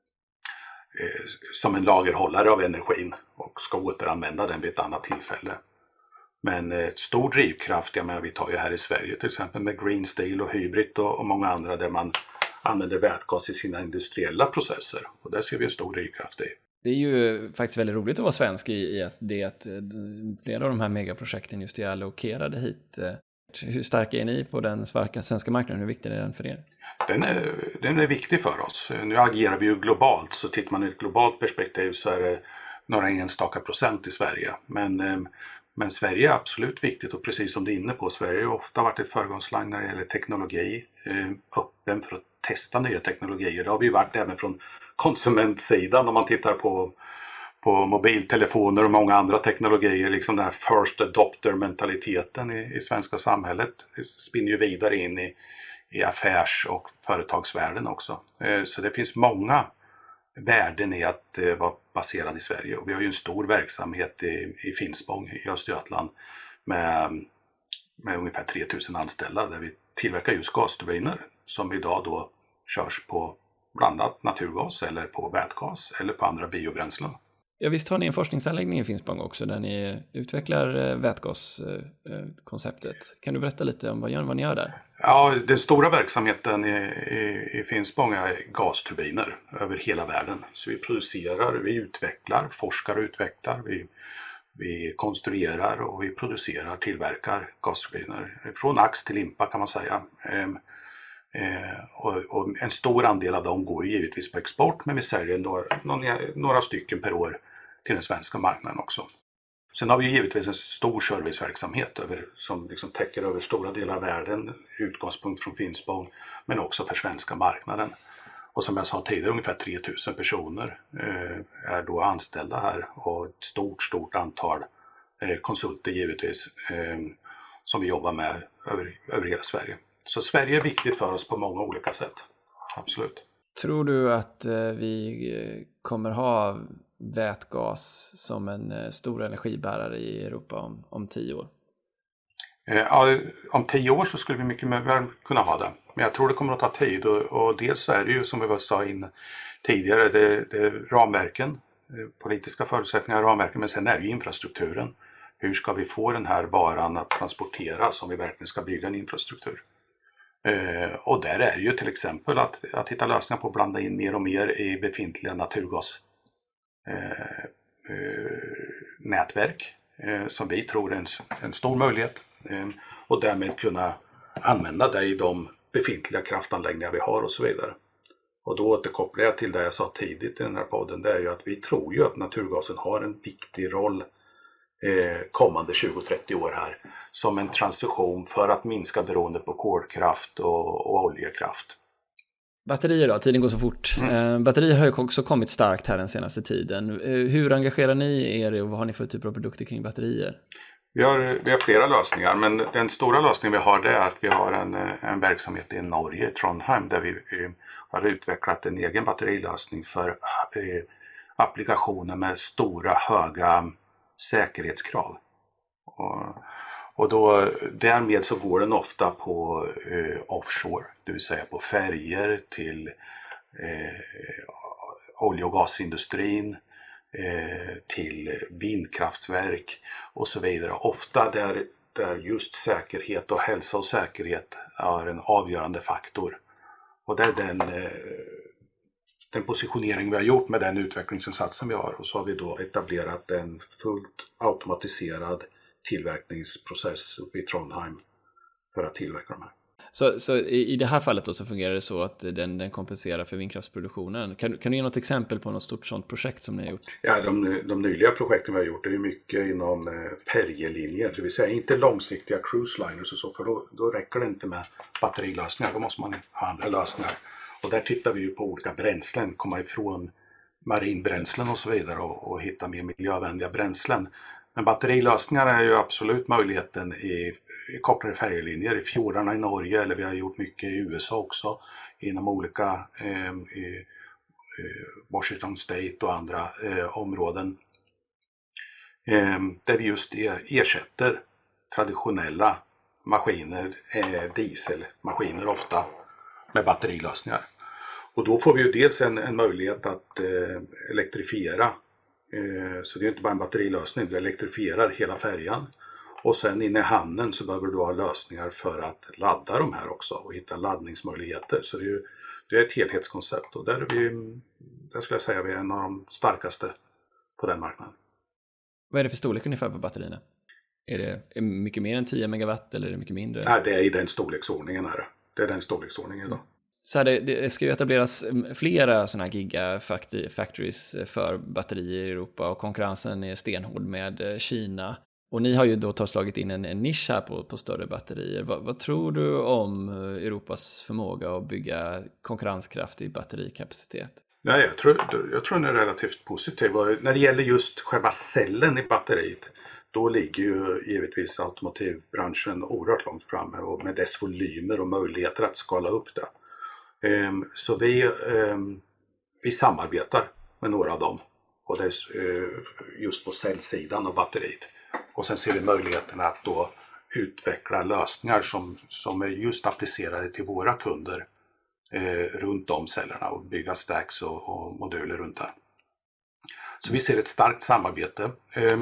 som en lagerhållare av energin och ska återanvända den vid ett annat tillfälle. Men eh, stor drivkraft, jag menar, vi tar ju här i Sverige till exempel med Green Steel och Hybrid och, och många andra där man använder vätgas i sina industriella processer. Och där ser vi en stor drivkraft i. Det är ju faktiskt väldigt roligt att vara svensk i, i att det att flera av de här megaprojekten just är allokerade hit. Hur starka är ni på den svenska marknaden? Hur viktig är den för er? Den är, den är viktig för oss. Nu agerar vi ju globalt, så tittar man i ett globalt perspektiv så är det några enstaka procent i Sverige. Men, men Sverige är absolut viktigt, och precis som du är inne på, Sverige har ofta varit ett föregångsland när det gäller teknologi, öppen för att testa nya teknologier. Det har vi varit även från konsumentsidan om man tittar på, på mobiltelefoner och många andra teknologier. Liksom den här first adopter-mentaliteten i, i svenska samhället spinner ju vidare in i, i affärs- och företagsvärlden också. Så det finns många värden i att vara baserad i Sverige. Och vi har ju en stor verksamhet i, i Finspång i Östergötland med, med ungefär tre tusen anställda där vi tillverkar just gasturbiner som idag då körs på blandat naturgas eller på vätgas eller på andra biobränslen. Ja, visst har ni en forskningsanläggning i Finspång också där ni utvecklar vätgaskonceptet. Kan du berätta lite om vad, vad ni gör där? Ja, den stora verksamheten i, i, i Finspång är gasturbiner över hela världen. Så vi producerar, vi utvecklar, forskar och utvecklar, vi, vi konstruerar och vi producerar, tillverkar gasturbiner. Från ax till limpa kan man säga. Ehm, eh, och, och en stor andel av dem går givetvis på export, men vi säljer några, några, några stycken per år till den svenska marknaden också. Sen har vi givetvis en stor serviceverksamhet över, som liksom täcker över stora delar av världen, utgångspunkt från Finspång, men också för svenska marknaden. Och som jag sa tidigare, ungefär tre tusen personer eh, är då anställda här och ett stort, stort antal eh, konsulter givetvis eh, som vi jobbar med över, över hela Sverige. Så Sverige är viktigt för oss på många olika sätt, absolut. Tror du att eh, vi kommer ha vätgas som en stor energibärare i Europa om, om tio år? Ja, om tio år så skulle vi mycket väl kunna ha det. Men jag tror det kommer att ta tid och, och dels så är det ju som vi sa in tidigare, det, det är ramverken, politiska förutsättningar, ramverken, men sen är det ju infrastrukturen. Hur ska vi få den här varan att transporteras om vi verkligen ska bygga en infrastruktur? Eh, och där är ju till exempel att, att hitta lösningar på att blanda in mer och mer i befintliga naturgas. Eh, eh, nätverk eh, som vi tror är en, en stor möjlighet eh, och därmed kunna använda det i de befintliga kraftanläggningar vi har och så vidare. Och då återkopplar jag till det jag sa tidigt i den här podden, det är ju att vi tror ju att naturgasen har en viktig roll eh, kommande tjugo till trettio år här som en transition för att minska beroende på kolkraft och, och oljekraft. Batterier då, tiden går så fort. Mm. Batterier har ju också kommit starkt här den senaste tiden. Hur engagerar ni er och vad har ni för typer av produkter kring batterier? Vi har, vi har flera lösningar, men den stora lösningen vi har det är att vi har en, en verksamhet i Norge, i Trondheim, där vi har utvecklat en egen batterilösning för eh, applikationer med stora, höga säkerhetskrav. Och, Och då, därmed så går den ofta på eh, offshore, det vill säga på färger till eh, olje- och gasindustrin, eh, till vindkraftverk och så vidare. Ofta där, där just säkerhet och hälsa och säkerhet är en avgörande faktor. Och det är den, eh, den positionering vi har gjort med den utvecklingsinsatsen vi har. Och så har vi då etablerat en fullt automatiserad tillverkningsprocess uppe i Trondheim för att tillverka de här. Så, så i det här fallet då så fungerar det så att den, den kompenserar för vindkraftsproduktionen. Kan, kan du ge något exempel på något stort sådant projekt som ni har gjort? Ja, de, de nyliga projekten vi har gjort är ju mycket inom färjelinjer, det vill säga inte långsiktiga cruise liners och så, för då, då räcker det inte med batterilösningar, då måste man ha andra lösningar. Och där tittar vi ju på olika bränslen, komma ifrån marinbränslen och så vidare och, och hitta mer miljövänliga bränslen. Men batterilösningar är ju absolut möjligheten i, i kopplade färjelinjer i fjordarna i Norge, eller vi har gjort mycket i U S A också inom olika eh, i, eh, Washington State och andra eh, områden eh, där vi just ersätter traditionella maskiner, eh, dieselmaskiner ofta, med batterilösningar. Och då får vi ju dels en, en möjlighet att eh, elektrifiera. Så det är inte bara en batterilösning, du elektrifierar hela färjan. Och sen inne i hamnen så behöver du ha lösningar för att ladda de här också och hitta laddningsmöjligheter. Så det är, ju, det är ett helhetskoncept och där är vi, där skulle jag säga, vi är en av de starkaste på den marknaden. Vad är det för storlek ungefär på batterierna? Är det, är det mycket mer än tio megawatt eller är det mycket mindre? Nej, det är i den storleksordningen här. Det är den storleksordningen idag. Så här, det, det ska ju etableras flera sådana här gigafactories för batterier i Europa och konkurrensen är stenhård med Kina. Och ni har ju då slagit in en, en nisch här på, på större batterier. Vad, vad tror du om Europas förmåga att bygga konkurrenskraftig batterikapacitet? Nej, jag tror, jag tror den är relativt positiv. När det gäller just själva cellen i batteriet, då ligger ju givetvis automotivbranschen oerhört långt framme och med dess volymer och möjligheter att skala upp det. Så vi, vi samarbetar med några av dem och det är just på cellsidan av batteriet. Och sen ser vi möjligheten att då utveckla lösningar som, som är just applicerade till våra kunder runt om cellerna och bygga stacks och, och moduler runt det. Så vi ser ett starkt samarbete.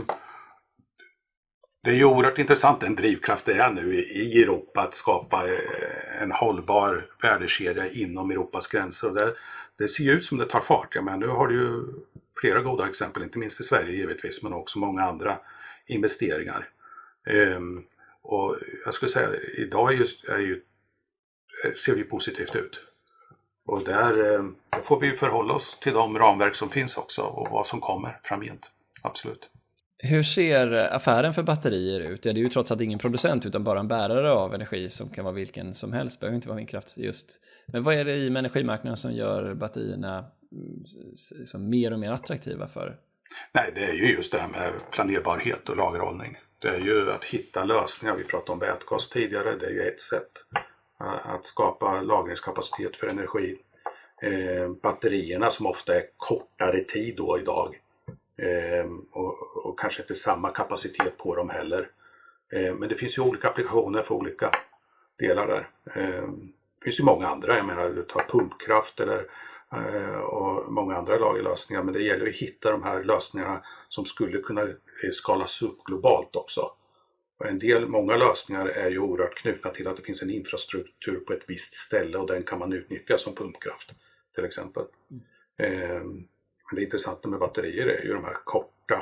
Det är ju oerhört intressant den drivkraft det är nu i Europa att skapa en hållbar värdekedja inom Europas gränser. Och det, det ser ju ut som det tar fart. Ja, men nu har du ju flera goda exempel, inte minst i Sverige givetvis, men också många andra investeringar. Um, och jag skulle säga idag är ju, är ju, ser det positivt ut. Och där, där får vi förhålla oss till de ramverk som finns också och vad som kommer framgent. Absolut. Hur ser affären för batterier ut? Ja, det är ju trots allt ingen producent utan bara en bärare av energi som kan vara vilken som helst. Det behöver inte vara vindkraft just. Men vad är det i energimarknaden som gör batterierna som mer och mer attraktiva för? Nej, det är ju just det här med planerbarhet och lagerhållning. Det är ju att hitta lösningar. Vi pratade om vätgas tidigare. Det är ju ett sätt att skapa lagringskapacitet för energi. Eh, batterierna som ofta är kortare tid då idag. Eh, och, och kanske inte samma kapacitet på dem heller. Eh, men det finns ju olika applikationer för olika delar där. Eh, det finns ju många andra. Jag menar, du tar pumpkraft eller, eh, och många andra lagerlösningar. Men det gäller att hitta de här lösningarna som skulle kunna eh, skalas upp globalt också. En del, många lösningar är ju oerhört knutna till att det finns en infrastruktur på ett visst ställe och den kan man utnyttja som pumpkraft till exempel. Mm. Eh, men det intressanta med batterier är ju de här korta,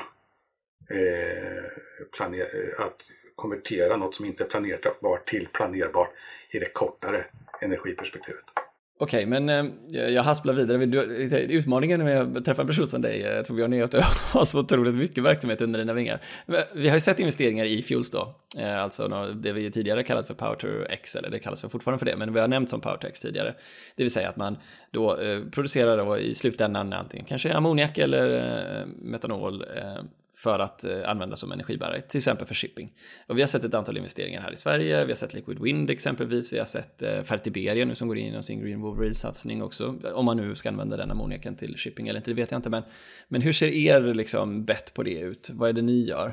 eh, planer, att konvertera något som inte är planerbart till planerbart i det kortare energiperspektivet. Okej, men eh, jag hasplar vidare. Du, utmaningen med att träffa en person som dig, jag tror vi har ner att du har så otroligt mycket verksamhet under dina vingar. Vi har ju sett investeringar i Fuels då, eh, alltså det vi tidigare kallat för Power to X, eller det kallas för fortfarande för det, men vi har nämnt som Power to X tidigare. Det vill säga att man då eh, producerar då i slutändan antingen kanske ammoniak eller eh, metanol eh, för att eh, använda som energibärare, till exempel för shipping. Och vi har sett ett antal investeringar här i Sverige, vi har sett Liquid Wind exempelvis, vi har sett eh, Fertiberia nu som går in i sin Green Wolverine-satsning också, om man nu ska använda den ammoniaken till shipping eller inte, det vet jag inte, men, men hur ser er liksom bett på det ut? Vad är det ni gör?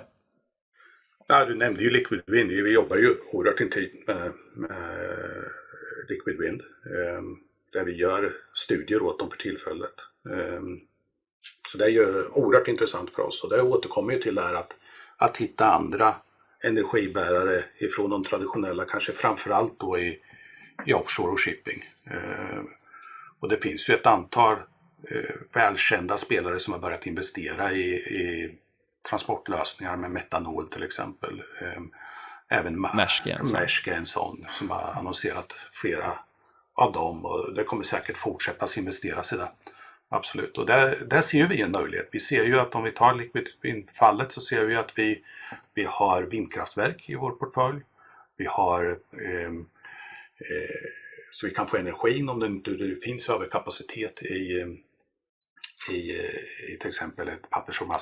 Ja, du nämnde ju Liquid Wind, vi jobbar ju oerhört intimt med, med Liquid Wind, eh, där vi gör studier åt dem för tillfället. Eh, Så det är ju oerhört intressant för oss och det återkommer ju till det här att, att hitta andra energibärare ifrån de traditionella, kanske framförallt då i, i offshore och shipping. Eh, och det finns ju ett antal eh, välkända spelare som har börjat investera i, i transportlösningar med metanol till exempel. Eh, även Maersk är en sån som har annonserat flera av dem och det kommer säkert fortsättas investeras i det. Absolut, och där, där ser vi en möjlighet. Vi ser ju att om vi tar Liquid Wind-fallet så ser vi att vi, vi har vindkraftverk i vår portfölj. Vi har eh, eh, så vi kan få energin om det inte det finns överkapacitet i, i, i till exempel ett pappers- och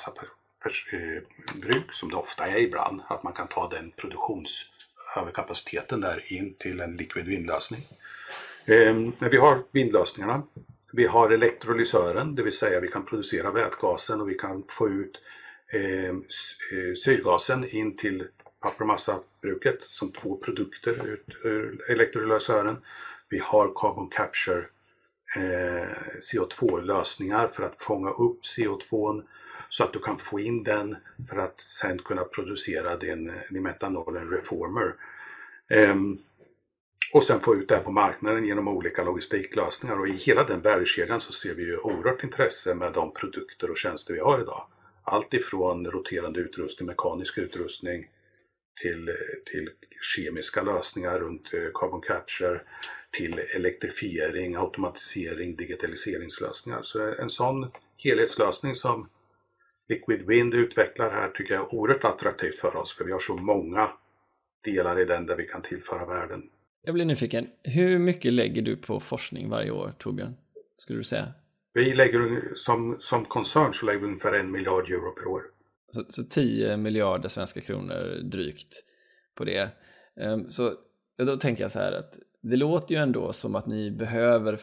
massabruk som det ofta är ibland. Att man kan ta den produktionsöverkapaciteten där in till en Liquid Wind-lösning. Eh, men vi har vindlösningarna. Vi har elektrolysören, det vill säga vi kan producera vätgasen och vi kan få ut eh, syrgasen in till papper- och massabruket som två produkter ut ur elektrolysören. Vi har carbon capture eh, C O två-lösningar för att fånga upp C O två så att du kan få in den för att sen kunna producera din, din metanol, en reformer. Eh, Och sen få ut det här på marknaden genom olika logistiklösningar. Och i hela den värdekedjan så ser vi ju oerhört intresse med de produkter och tjänster vi har idag. Allt ifrån roterande utrustning, mekanisk utrustning till, till kemiska lösningar runt carbon capture, till elektrifiering, automatisering, digitaliseringslösningar. Så en sån helhetslösning som Liquid Wind utvecklar här tycker jag är oerhört attraktivt för oss. För vi har så många delar i den där vi kan tillföra världen. Jag blir nyfiken. Hur mycket lägger du på forskning varje år, Torbjörn? Skulle du säga? Vi lägger som, som koncern så lägger vi ungefär en miljard euro per år. Så, så tio miljarder svenska kronor drygt på det. Um, så då tänker jag så här att det låter ju ändå som att ni behöver,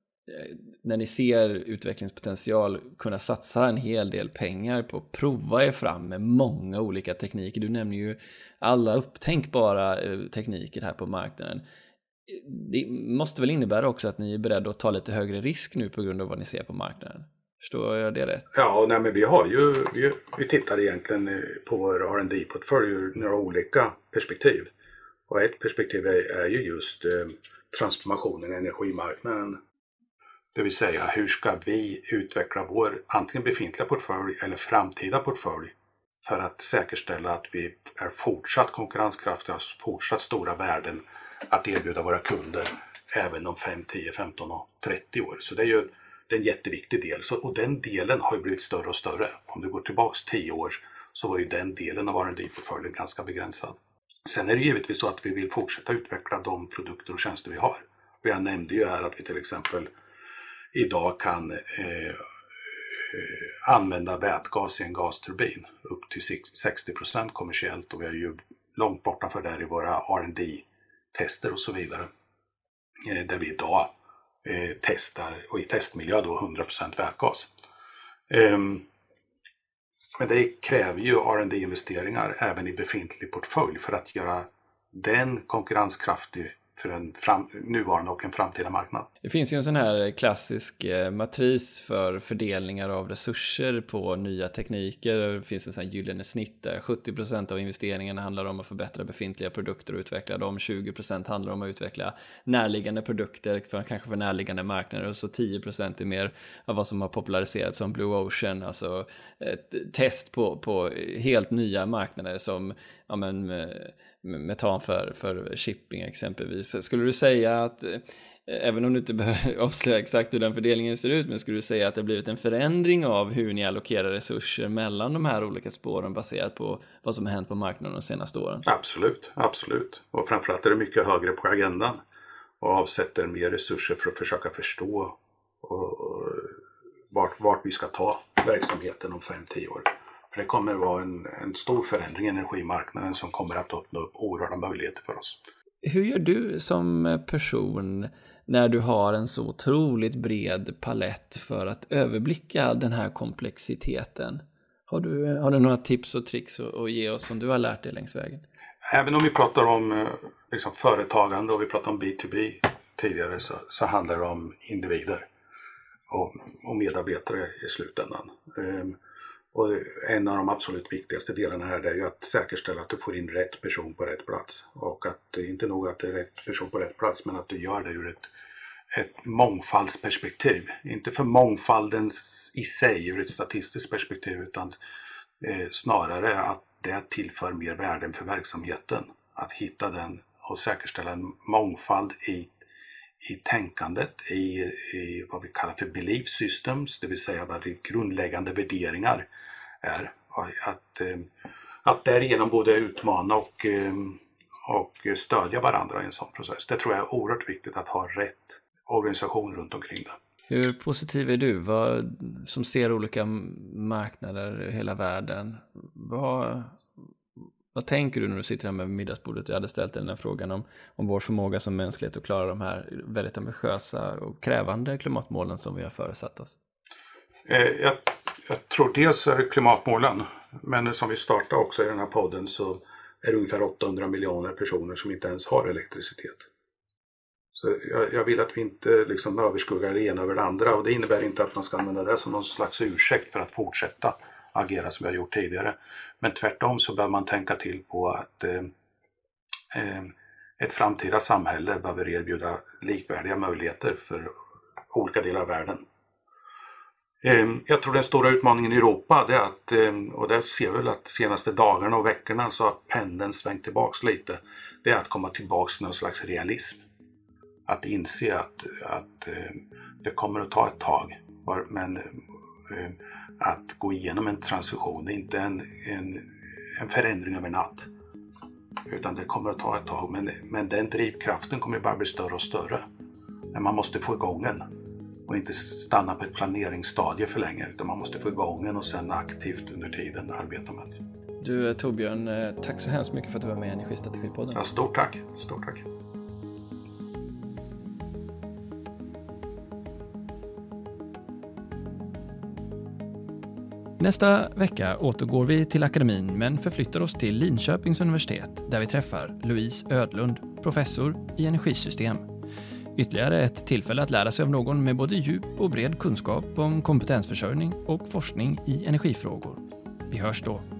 när ni ser utvecklingspotential, kunna satsa en hel del pengar på att prova er fram med många olika tekniker. Du nämner ju alla upptänkbara tekniker här på marknaden. Det måste väl innebära också att ni är beredda att ta lite högre risk nu på grund av vad ni ser på marknaden. Förstår jag det rätt? Ja, nej, men vi har ju, vi, vi tittar egentligen på vår R and D-portfölj ur några olika perspektiv. Och ett perspektiv är, är ju just eh, transformationen i energimarknaden. Det vill säga, hur ska vi utveckla vår antingen befintliga portfölj eller framtida portfölj för att säkerställa att vi är fortsatt konkurrenskraftiga, fortsatt stora värden att erbjuda våra kunder även om fem, tio, femton och trettio år. Så det är ju det är en jätteviktig del. Så, och den delen har ju blivit större och större. Om du går tillbaks tio år så var ju den delen av R and D-portföljen ganska begränsad. Sen är det givetvis så att vi vill fortsätta utveckla de produkter och tjänster vi har. Och jag nämnde ju här att vi till exempel idag kan eh, eh, använda vätgas i en gasturbin upp till sextio procent kommersiellt, och vi är ju långt bortanför där i våra R and D-tester och så vidare. Eh, där vi idag eh, testar, och i testmiljö då hundra procent vätgas. Eh, men det kräver ju R and D-investeringar även i befintlig portfölj för att göra den konkurrenskraftig för en fram, nuvarande och en framtida marknad. Det finns ju en sån här klassisk eh, matris för fördelningar av resurser på nya tekniker. Det finns en sån här gyllene snitt där sjuttio procent av investeringarna handlar om att förbättra befintliga produkter och utveckla dem. tjugo procent handlar om att utveckla närliggande produkter, för, kanske för närliggande marknader, och så tio procent är mer av vad som har populariserats som Blue Ocean, alltså ett test på, på helt nya marknader som ja, men, metan för, för shipping exempelvis. Skulle du säga att, även om du inte behöver avslöja exakt hur den fördelningen ser ut, men skulle du säga att det har blivit en förändring av hur ni allokerar resurser mellan de här olika spåren baserat på vad som har hänt på marknaden de senaste åren? Absolut, absolut. Och framförallt är det mycket högre på agendan och avsätter mer resurser för att försöka förstå och, och vart, vart vi ska ta verksamheten om fem till tio år. För det kommer att vara en, en stor förändring i energimarknaden som kommer att öppna upp oerhörda möjligheter för oss. Hur gör du som person när du har en så otroligt bred palett för att överblicka den här komplexiteten? Har du, har du några tips och tricks att, att ge oss som du har lärt dig längs vägen? Även om vi pratar om liksom, företagande och vi pratar om B to B tidigare, så, så handlar det om individer och, och medarbetare i slutändan. Um, Och en av de absolut viktigaste delarna här är ju att säkerställa att du får in rätt person på rätt plats. Och att det inte nog att det är rätt person på rätt plats, men att du gör det ur ett, ett mångfaldsperspektiv. Inte för mångfaldens i sig ur ett statistiskt perspektiv, utan eh, snarare att det tillför mer värden för verksamheten. Att hitta den och säkerställa en mångfald i i tänkandet, i, i vad vi kallar för belief systems, det vill säga vad det grundläggande värderingar är. Att, att därigenom både utmana och, och stödja varandra i en sån process. Det tror jag är oerhört viktigt, att ha rätt organisation runt omkring det. Hur positiv är du vad, som ser olika marknader i hela världen? Vad... Vad tänker du när du sitter här med middagsbordet? Jag hade ställt den här frågan om, om vår förmåga som mänsklighet att klara de här väldigt ambitiösa och krävande klimatmålen som vi har föresatt oss. Eh, jag, jag tror dels är det klimatmålen, men som vi startar också i den här podden så är det ungefär åttahundra miljoner personer som inte ens har elektricitet. Så jag, jag vill att vi inte liksom överskuggar det ena över det andra, och det innebär inte att man ska använda det som någon slags ursäkt för att fortsätta agera som vi har gjort tidigare. Men tvärtom så bör man tänka till på att eh, ett framtida samhälle behöver erbjuda likvärdiga möjligheter för olika delar av världen. Eh, jag tror den stora utmaningen i Europa, det är att, eh, och där ser vi väl att de senaste dagarna och veckorna så har pendeln svängt tillbaks lite. Det är att komma tillbaks till någon slags realism. Att inse att, att eh, det kommer att ta ett tag, men eh, att gå igenom en transition, det är inte en, en, en förändring över natt, utan det kommer att ta ett tag, men, men den drivkraften kommer bara bli större och större. Men man måste få igång den och inte stanna på ett planeringsstadie för länge, utan man måste få igång den och sen aktivt under tiden arbeta med det. Du Torbjörn, tack så hemskt mycket för att du var med i Energistrategipodden. Ja, stort tack, stort tack. Nästa vecka återgår vi till akademin, men förflyttar oss till Linköpings universitet där vi träffar Louise Ödlund, professor i energisystem. Ytterligare ett tillfälle att lära sig av någon med både djup och bred kunskap om kompetensförsörjning och forskning i energifrågor. Vi hörs då.